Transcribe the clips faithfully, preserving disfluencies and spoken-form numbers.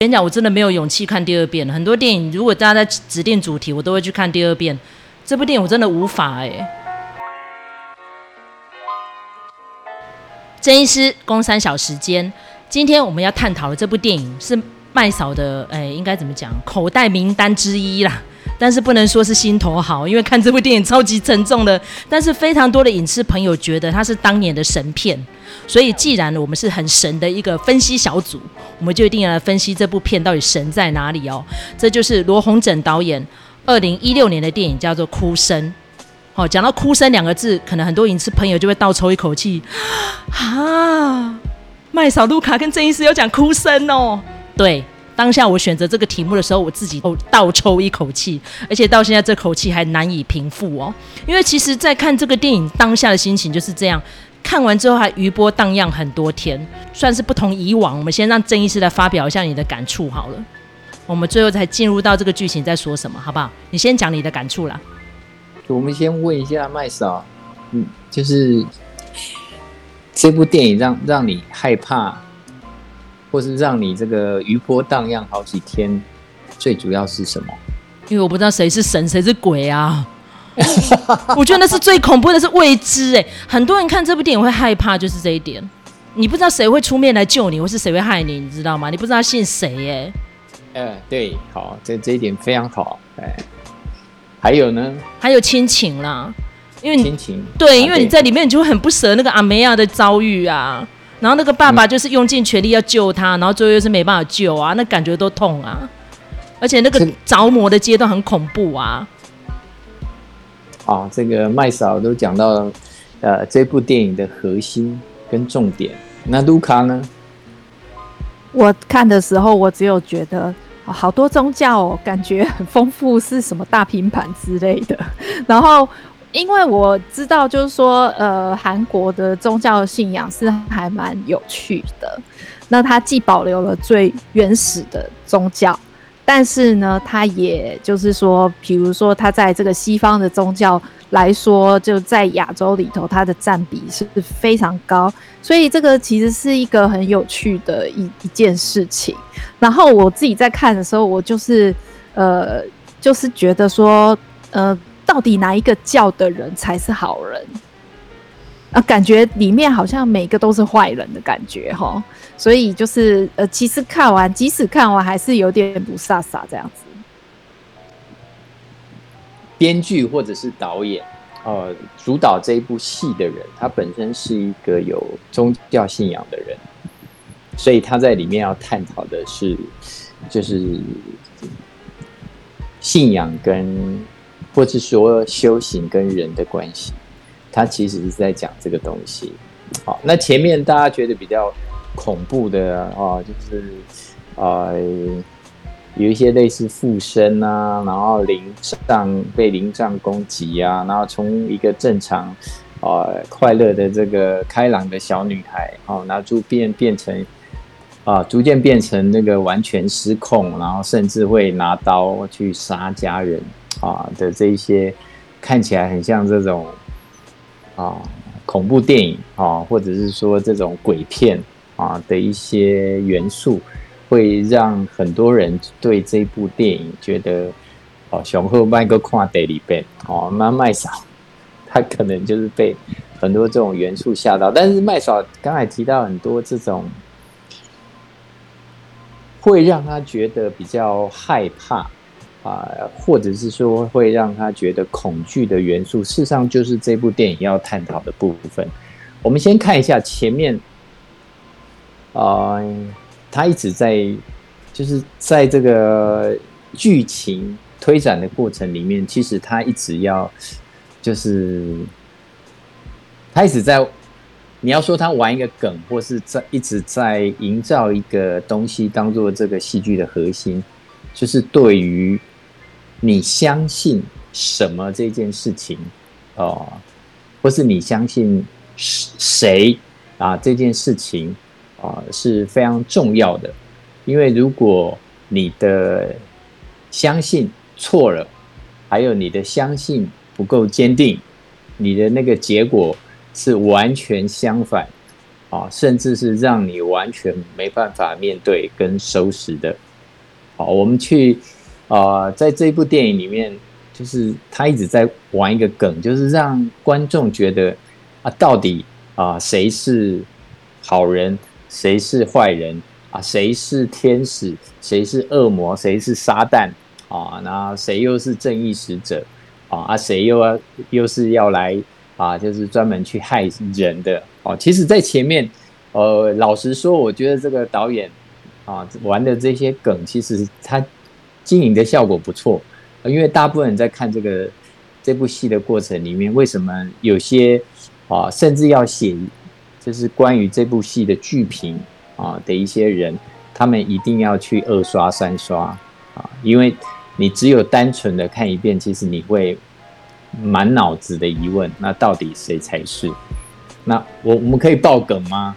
跟你讲，我真的没有勇气看第二遍。很多电影，如果大家在指定主题，我都会去看第二遍。这部电影我真的无法哎、欸。郑医师公三小时间，今天我们要探讨的这部电影是麦嫂的，哎、欸，应该怎么讲？口袋名单之一啦。但是不能说是心头好，因为看这部电影超级沉重的。但是非常多的影视朋友觉得它是当年的神片，所以既然我们是很神的一个分析小组，我们就一定要来分析这部片到底神在哪里哦。这就是罗红整导演二零一六年的电影，叫做《哭声》。好、哦，讲到“哭声”两个字，可能很多影视朋友就会倒抽一口气啊！麦嫂、卢卡跟郑医师有讲哭声哦，对。当下我选择这个题目的时候，我自己倒抽一口气，而且到现在这口气还难以平复哦。因为其实在看这个电影当下的心情就是这样，看完之后还余波荡漾很多天，算是不同以往。我们先让郑医师来发表一下你的感触好了，我们最后才进入到这个剧情在说什么，好不好？你先讲你的感触啦。 我们先问一下麦嫂，嗯，就是这部电影让让你害怕，或是让你这个余波荡漾好几天，最主要是什么？ 因为我不知道谁是神谁是鬼啊。我觉得那是最恐怖的，是未知哎。很多人看这部电影会害怕，就是这一点。你不知道谁会出面来救你，或是谁会害你，你知道吗？你不知道信谁哎。 呃，对，好，这这一点非常好。哎，还有呢？ 还有亲情啦，因为你亲情对，因为你在里面，你就会很不舍那个阿梅亚的遭遇啊。然后那个爸爸就是用尽全力要救他，然后最后又是没办法救啊，那感觉都痛啊，而且那个着魔的阶段很恐怖啊。 好，这个麦嫂都讲到呃这部电影的核心跟重点。那卢卡呢？ 我看的时候，我只有觉得好多宗教哦，感觉很丰富，是什么大拼盘之类的，然后。因为我知道，就是说，呃，韩国的宗教信仰是还蛮有趣的。那它既保留了最原始的宗教，但是呢，它也就是说，比如说，它在这个西方的宗教来说，就在亚洲里头，它的占比是非常高。所以这个其实是一个很有趣的一一件事情。然后我自己在看的时候，我就是呃，就是觉得说，呃。到底哪一个教的人才是好人啊？感觉里面好像每个都是坏人的感觉齁，所以就是呃，其实看完，即使看完还是有点不飒飒这样子。 编剧或者是导演，呃，主导这一部戏的人，他本身是一个有宗教信仰的人，所以他在里面要探讨的是，就是信仰跟。或是说修行跟人的关系，他其实是在讲这个东西。好，那前面大家觉得比较恐怖的啊，就是呃有一些类似附身啊，然后灵障被灵障攻击啊，然后从一个正常呃快乐的这个开朗的小女孩，哦，然后就变变成啊，逐渐变成那个完全失控，然后甚至会拿刀去杀家人。啊的这一些看起来很像这种啊恐怖电影啊，或者是说这种鬼片啊的一些元素，会让很多人对这部电影觉得哦，雄厚麦克看第二遍哦，那麦嫂他可能就是被很多这种元素吓到，但是麦嫂刚才提到很多这种会让他觉得比较害怕。啊、呃，或者是说会让他觉得恐惧的元素，事实上就是这部电影要探讨的部分。我们先看一下前面，啊、呃，他一直在，就是在这个剧情推展的过程里面，其实他一直要，就是他一直在，你要说他玩一个梗，或是在一直在营造一个东西，当做这个戏剧的核心，就是对于。你相信什么这件事情，哦，或是你相信谁啊？这件事情啊是非常重要的，因为如果你的相信错了，还有你的相信不够坚定，你的那个结果是完全相反啊，甚至是让你完全没办法面对跟收拾的好，我们去呃，在这一部电影里面，就是他一直在玩一个梗，就是让观众觉得啊，到底啊谁是好人，谁是坏人啊，谁是天使，谁是恶魔，谁是撒旦啊，那谁又是正义使者啊？啊，谁又要又是要来啊，就是专门去害人的哦。其实，在前面，呃，老实说，我觉得这个导演啊玩的这些梗，其实他经营的效果不错，因为大部分人在看这个这部戏的过程里面，为什么有些啊，甚至要写就是关于这部戏的剧评啊的一些人，他们一定要去二刷三刷啊，因为你只有单纯的看一遍，其实你会满脑子的疑问，那到底谁才是？那我我们可以爆梗吗？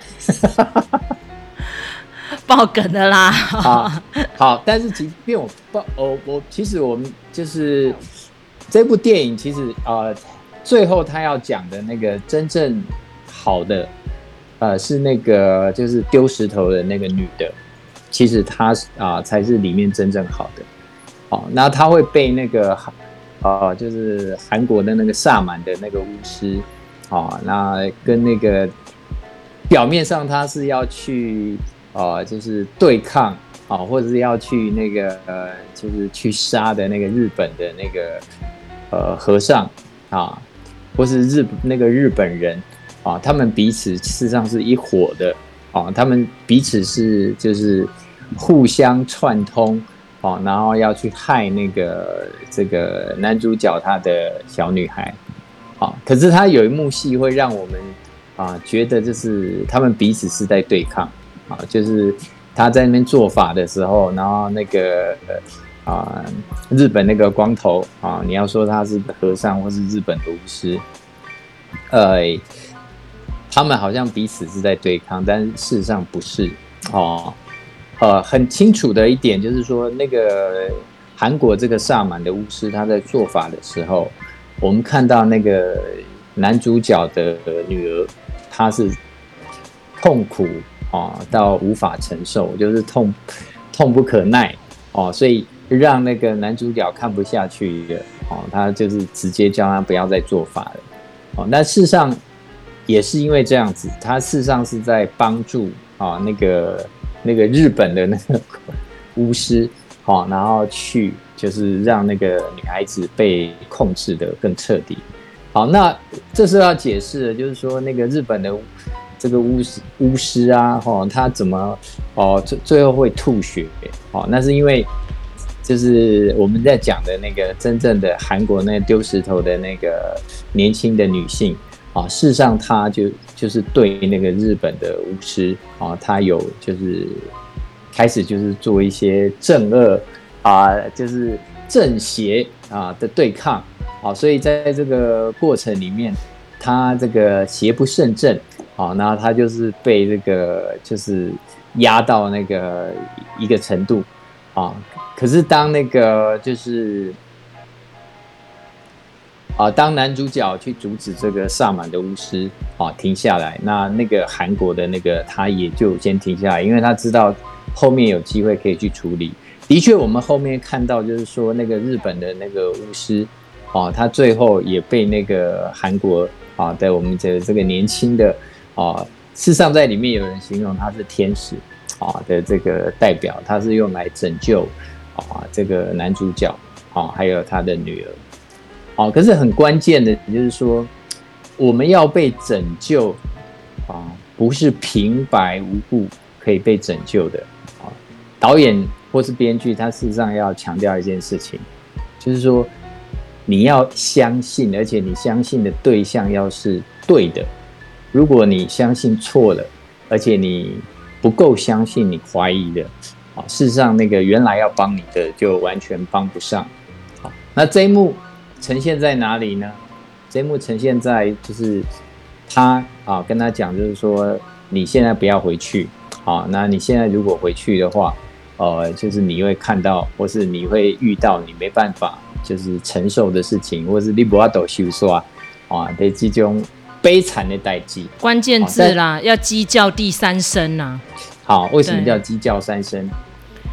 爆梗的啦。 好，好，但是即便我爆，我我其实我们就是这部电影，其实呃，最后他要讲的那个真正好的，呃，是那个就是丢石头的那个女的，其实她啊、呃、才是里面真正好的。好，那她会被那个呃，就是韩国的那个萨满的那个巫师，啊，那跟那个表面上他是要去。呃，就是对抗啊，或者是要去那个呃，就是去杀的那个日本的那个呃和尚啊，或是日那个日本人啊，他们彼此事实上是一伙的啊，他们彼此是就是互相串通啊，然后要去害那个这个男主角他的小女孩啊，可是他有一幕戏会让我们啊觉得就是他们彼此是在对抗。啊，就是他在那边做法的时候，然后那个啊、呃，日本那个光头啊，你要说他是和尚或是日本的巫师，呃，他们好像彼此是在对抗，但事实上不是哦。呃，很清楚的一点就是说，那个韩国这个萨满的巫师，他在做法的时候，我们看到那个男主角的女儿，她是痛苦。哦，到无法承受，就是痛痛不可耐哦，所以让那个男主角看不下去了哦，他就是直接叫他不要再做法了哦。那事实上也是因为这样子，他事实上是在帮助啊、哦、那个那个日本的那个巫师哦，然后去就是让那个女孩子被控制的更彻底。好，那这是要解释的，就是说那个日本的。这个巫师巫师啊，哦，他怎么哦最最后会吐血？哦，那是因为就是我们在讲的那个真正的韩国那个丢石头的那个年轻的女性啊，事实上她就就是对那个日本的巫师啊，她有就是开始就是做一些正恶啊，就是正邪啊的对抗啊，所以在这个过程里面，她这个邪不胜正。好，然后他就是被这个就是压到那个一个程度啊，可是当那个就是啊，当男主角去阻止这个萨满的巫师啊停下来，那那个韩国的那个他也就先停下来，因为他知道后面有机会可以去处理。的确，我们后面看到就是说那个日本的那个巫师啊，他最后也被那个韩国啊的我们的这个年轻的。啊，事实上在里面有人形容他是天使啊的这个代表，他是用来拯救啊这个男主角啊，还有他的女儿。啊，可是很关键的就是说，我们要被拯救啊，不是平白无故可以被拯救的啊。导演或是编剧，他事实上要强调一件事情，就是说你要相信，而且你相信的对象要是对的。如果你相信错了，而且你不够相信，你怀疑的，啊，事实上那个原来要帮你的就完全帮不上。好，那这一幕呈现在哪里呢？这一幕呈现在就是他啊跟他讲，就是说你现在不要回去，啊，那你现在如果回去的话，呃，就是你会看到，或是你会遇到你没办法就是承受的事情，或是你不要抖修刷啊的这种。悲惨的代际， 关键字啦，要鸡叫第三声呐。 好，为什么叫鸡叫三声？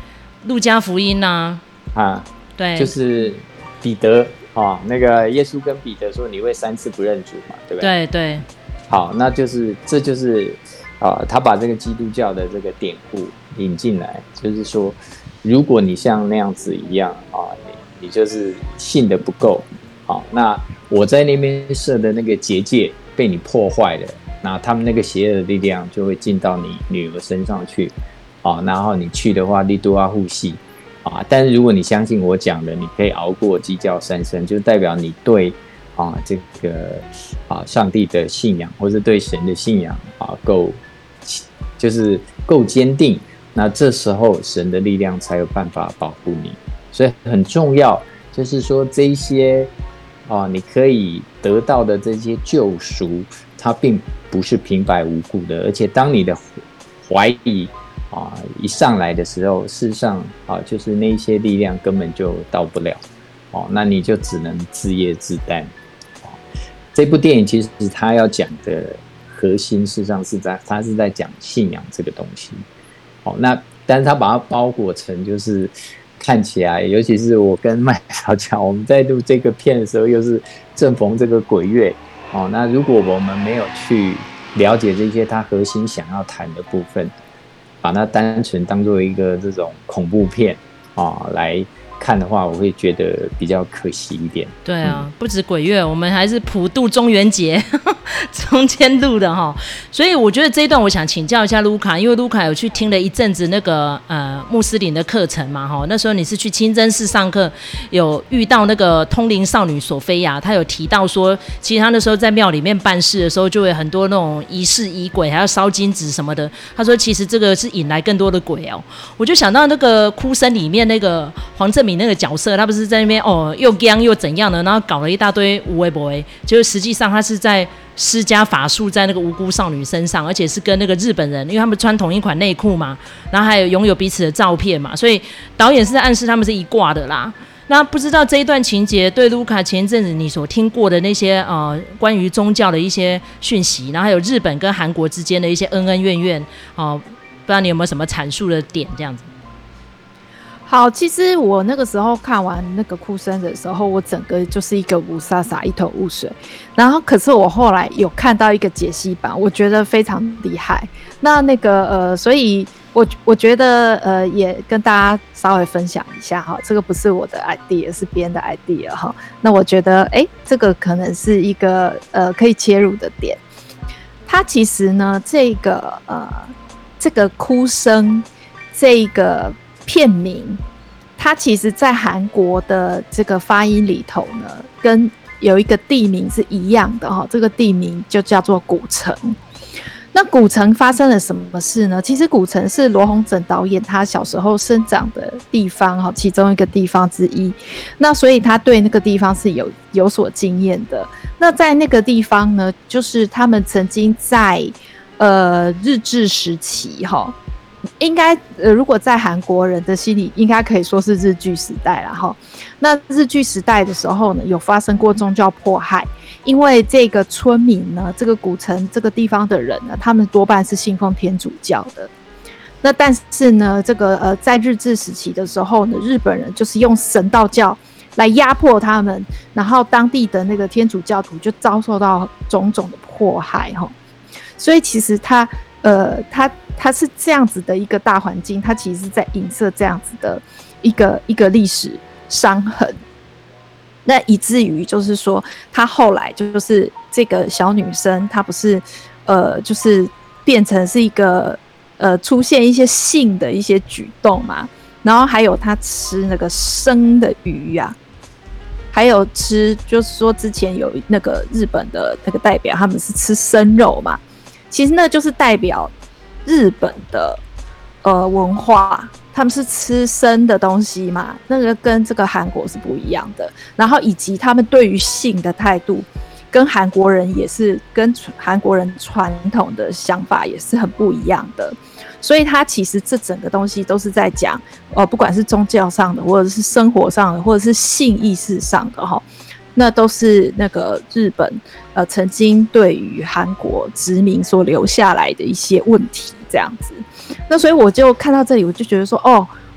路加福音呐、 啊，啊， 对， 就是彼得啊，那个耶稣跟彼得说你会三次不认主嘛，对不对？ 对对， 好，那就是这就是啊，他把这个基督教的这个典故引进来，就是说，如果你像那样子一样啊，你你就是信的不够，好，那我在那边设的那个结界被你破坏了。那他们那个邪恶的力量就会进到你女儿身上去，啊，然后你去的话，你都要护系，啊，但是如果你相信我讲的，你可以熬过鸡叫三声，就代表你对啊这个啊上帝的信仰，或者对神的信仰啊够，就是够坚定，那这时候神的力量才有办法保护你，所以很重要，就是说这一些啊你可以得到的这些救赎，它并不是平白无故的，而且当你的怀疑啊一上来的时候，事实上啊就是那些力量根本就到不了，哦，那你就只能自业自担。哦，这部电影其实它要讲的核心，事实上是在它是在讲信仰这个东西。哦，那但是它把它包裹成就是看起来，尤其是我跟麦嫂讲，我们在录这个片的时候，又是正逢这个鬼月。哦，那如果我们没有去了解这些他核心想要谈的部分，把它单纯当做一个这种恐怖片啊来看的话，我会觉得比较可惜一点。 对啊，嗯、不止鬼月，我们还是普渡中元节中间录的哈，所以我觉得这一段我想请教一下卢卡，因为卢卡有去听了一阵子那个呃穆斯林的课程嘛哈，那时候你是去清真寺上课，有遇到那个通灵少女索菲亚，她有提到说，其实她那时候在庙里面办事的时候，就会很多那种仪式仪轨，还要烧金纸什么的。她说其实这个是引来更多的鬼哦，我就想到那个哭声里面那个黄正敏那个角色，他不是在那边哦又僵又怎样的，然后搞了一大堆无为不为，就是实际上他是在施加法术在那个无辜少女身上，而且是跟那个日本人，因为他们穿同一款内裤嘛，然后还有拥有彼此的照片嘛，所以导演是在暗示他们是一挂的啦。那不知道这一段情节对卢卡前一阵子你所听过的那些呃关于宗教的一些讯息，然后还有日本跟韩国之间的一些恩恩怨怨，哦、呃，不知道你有没有什么阐述的点这样子？ 好，其实我那个时候看完那个哭声的时候，我整个就是一个雾煞煞，一头雾水。然后，可是我后来有看到一个解析版，我觉得非常厉害。那那个呃，所以我我觉得呃，也跟大家稍微分享一下哈，这个不是我的 idea， 是别人的 idea 哈。那我觉得，哎，这个可能是一个呃可以切入的点。它其实呢，这个呃这个哭声，这个片名，它其实在韩国的这个发音里头呢，跟有一个地名是一样的哈，这个地名就叫做古城。那古城发生了什么事呢？其实古城是罗洪整导演他小时候生长的地方哈，其中一个地方之一。那所以他对那个地方是有有所经验的。那在那个地方呢，就是他们曾经在呃日治时期哈。应该呃，如果在韩国人的心里，应该可以说是日据时代啦齁。那日据时代的时候呢，有发生过宗教迫害，因为这个村民呢，这个古城这个地方的人呢，他们多半是信奉天主教的。那但是呢，这个呃，在日治时期的时候呢，日本人就是用神道教来压迫他们，然后当地的那个天主教徒就遭受到种种的迫害齁。所以其实他呃，他它是这样子的一个大环境，它其实是在影射这样子的一个一个历史伤痕。那以至于就是说，她后来就是这个小女生，她不是呃，就是变成是一个呃，出现一些性的一些举动嘛，然后还有她吃那个生的鱼啊，还有吃，就是说之前有那个日本的那个代表，他们是吃生肉嘛，其实那就是代表日本的呃文化，他们是吃生的东西嘛，那个跟这个韩国是不一样的。然后以及他们对于性的态度，跟韩国人也是跟韩国人传统的想法也是很不一样的。所以它其实这整个东西都是在讲，呃，不管是宗教上的，或者是生活上的，或者是性意识上的哈。那都是那个日本呃曾经对于韩国殖民所留下来的一些问题这样子。那所以我就看到这里，我就觉得说，哦，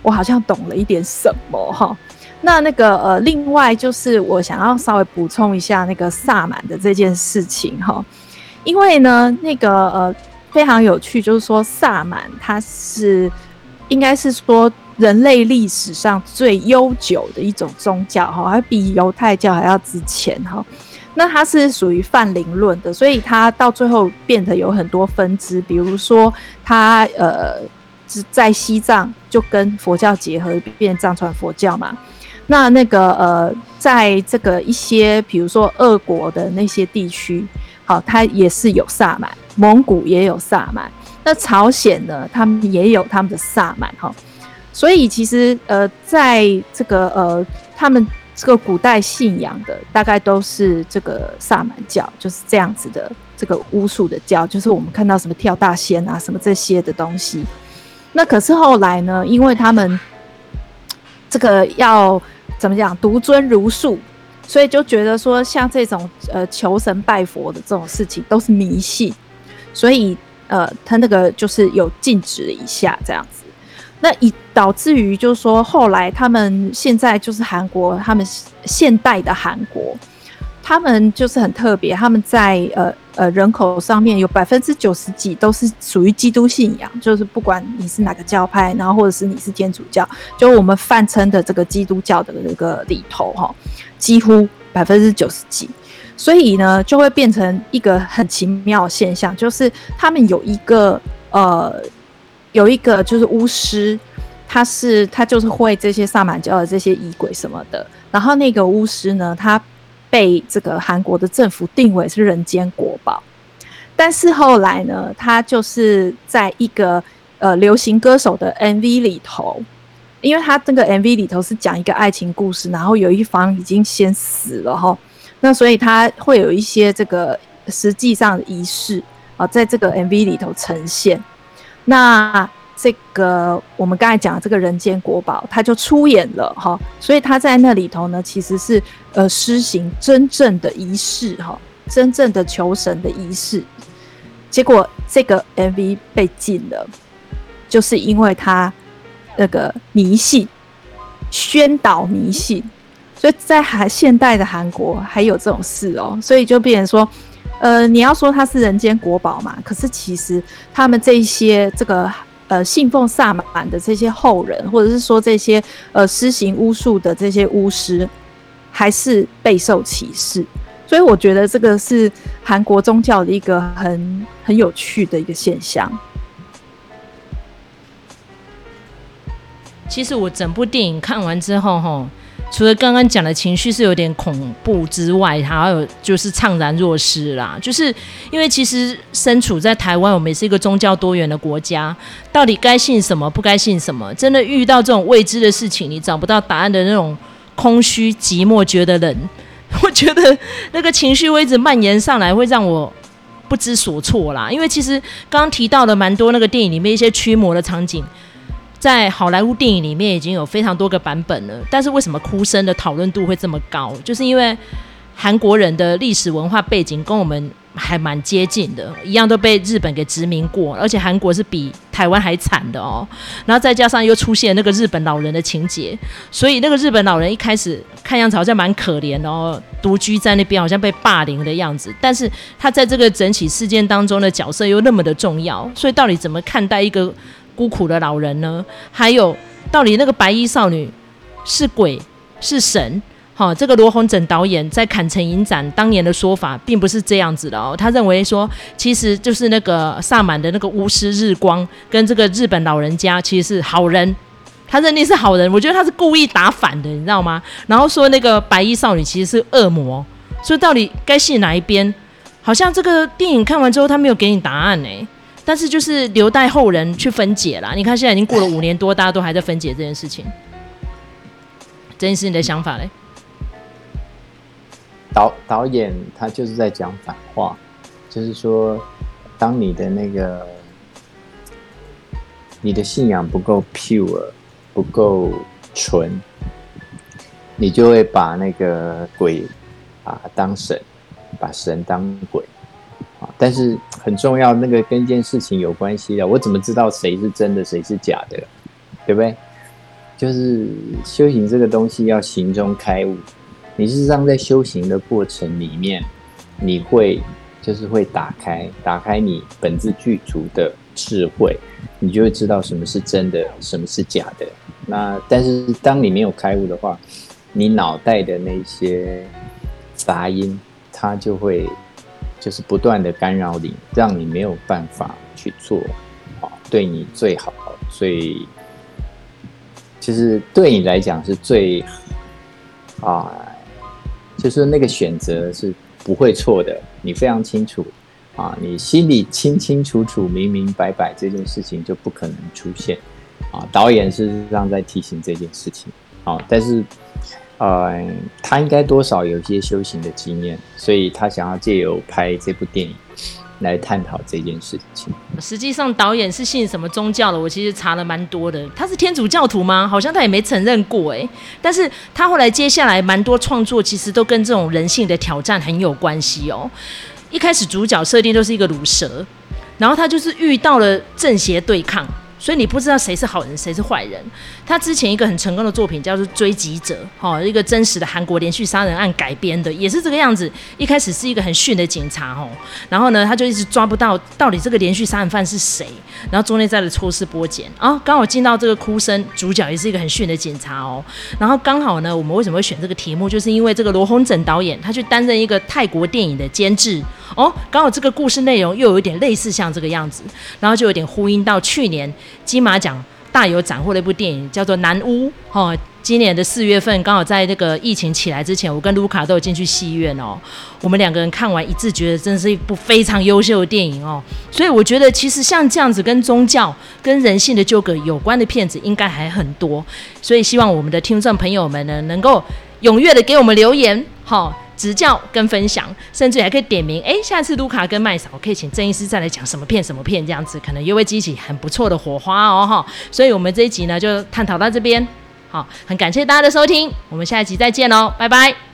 我好像懂了一点什么哈。那那个呃，另外就是我想要稍微补充一下那个萨满的这件事情哈，因为呢，那个呃非常有趣，就是说萨满它是应该是说人类历史上最悠久的一种宗教哈，还比犹太教还要之前哈。那它是属于泛灵论的，所以它到最后变得有很多分支，比如说它呃在西藏就跟佛教结合，变藏传佛教嘛。那那个呃，在这个一些比如说俄国的那些地区，好，它也是有萨满，蒙古也有萨满，那朝鲜呢，他们也有他们的萨满哈。所以其实呃，在这个呃，他们这个古代信仰的大概都是这个萨满教，就是这样子的这个巫术的教，就是我们看到什么跳大仙啊，什么这些的东西。那可是后来呢，因为他们这个要怎么讲，独尊儒术，所以就觉得说像这种呃求神拜佛的这种事情都是迷信，所以呃他那个就是有禁止了一下这样子。那以导致于就是说后来他们现在就是韩国，他们现代的韩国，他们就是很特别，他们在呃呃人口上面有百分之九十几都是属于基督信仰，就是不管你是哪个教派，然后或者是你是天主教，就我们泛称的这个基督教的那个里头哈，几乎百分之九十几，所以呢就会变成一个很奇妙的现象，就是他们有一个呃有一个就是巫师，他是他就是会这些萨满教的这些仪轨什么的，然后那个巫师呢，他被这个韩国的政府定为是人间国宝，但是后来呢，他就是在一个呃流行歌手的 M V 里头，因为他这个 M V 里头是讲一个爱情故事，然后有一方已经先死了哈，那所以他会有一些这个实际上的仪式啊，在这个 M V 里头呈现。那这个我们刚才讲的这个人间国宝，他就出演了哈，所以他在那里头呢，其实是呃施行真正的仪式哈，真正的求神的仪式。结果这个 M V 被禁了，就是因为他那个迷信，宣导迷信，所以在韩现代的韩国还有这种事哦，所以就变成说，呃，你要说他是人间国宝嘛，可是其实他们这些这个。呃，信奉萨满的这些后人，或者是说这些呃施行巫术的这些巫师，还是备受歧视。所以我觉得这个是韩国宗教的一个很很有趣的一个现象。 其实我整部电影看完之后，哈，除了刚刚讲的情绪是有点恐怖之外，还有就是怅然若失啦。就是因为其实身处在台湾，我们也是一个宗教多元的国家，到底该信什么，不该信什么，真的遇到这种未知的事情，你找不到答案的那种空虚、寂寞、觉得冷，我觉得那个情绪会一直蔓延上来，会让我不知所措啦。因为其实刚刚提到了蛮多那个电影里面一些驱魔的场景。在好莱坞电影里面已经有非常多个版本了，但是为什么哭声的讨论度会这么高？就是因为韩国人的历史文化背景跟我们还蛮接近的，一样都被日本给殖民过，而且韩国是比台湾还惨的哦。然后再加上又出现那个日本老人的情节，所以那个日本老人一开始看样子好像蛮可怜的哦，独居在那边好像被霸凌的样子，但是他在这个整起事件当中的角色又那么的重要，所以到底怎么看待一个孤苦的老人呢？还有到底那个白衣少女是鬼是神？好，这个罗洪整导演在坎城影展当年的说法并不是这样子的哦，他认为说其实就是那个萨满的那个巫师日光跟这个日本老人家其实是好人，他认定是好人，我觉得他是故意打反的，你知道吗？然后说那个白衣少女其实是恶魔，所以到底该信哪一边？好像这个电影看完之后他没有给你答案欸，但是就是留待后人去分解啦。你看现在已经过了五年多，大家都还在分解这件事情。这件事你的想法嘞？ 导导演他就是在讲反话，就是说，当你的那个你的信仰不够 pure， 不够纯，你就会把那个鬼啊当神，把神当鬼。但是很重要，那个跟一件事情有关系的，我怎么知道谁是真的，谁是假的，对不对？ 就是修行这个东西要行中开悟，你事实上在修行的过程里面，你会就是会打开打开你本自具足的智慧，你就会知道什么是真的，什么是假的。那但是当你没有开悟的话，你脑袋的那些杂音，它就会就是不断的干扰你，让你没有办法去做对你最好、最就是对你来讲是最啊，就是那个选择是不会错的，你非常清楚啊，你心里清清楚楚、明明白白，这件事情就不可能出现啊。导演事实上在提醒这件事情啊，但是呃，他应该多少有一些修行的经验，所以他想要借由拍这部电影来探讨这件事情。 实际上导演是信什么宗教的？我其实查了蛮多的。他是天主教徒吗？好像他也没承认过哎。但是他后来接下来蛮多创作，其实都跟这种人性的挑战很有关系哦。一开始主角设定都是一个乳蛇，然后他就是遇到了正邪对抗。所以你不知道谁是好人谁是坏人。他之前一个很成功的作品叫做《追击者》，哦，一个真实的韩国连续杀人案改编的，也是这个样子。一开始是一个很逊的警察，哦，然后呢，他就一直抓不到到底这个连续杀人犯是谁，然后中间在的抽丝剥茧啊，刚好进到这个哭声，主角也是一个很逊的警察哦。然后刚好呢，我们为什么会选这个题目，就是因为这个罗洪整导演他去担任一个泰国电影的监制哦，刚好这个故事内容又有一点类似像这个样子，然后就有点呼应到去年金马奖大有斩获的一部电影叫做《南屋》哦，今年的四月份刚好在那个疫情起来之前，我跟卢卡都有进去戏院哦，我们两个人看完一致觉得真是一部非常优秀的电影哦，所以我觉得其实像这样子跟宗教跟人性的纠葛有关的片子应该还很多，所以希望我们的听众朋友们呢能够踊跃的给我们留言好，哦指教跟分享，甚至还可以点名，哎，下次卢卡跟麦嫂可以请郑医师再来讲什么片什么片，这样子可能又会激起很不错的火花哦哈。所以我们这一集呢就探讨到这边，好，很感谢大家的收听，我们下一集再见喽，拜拜。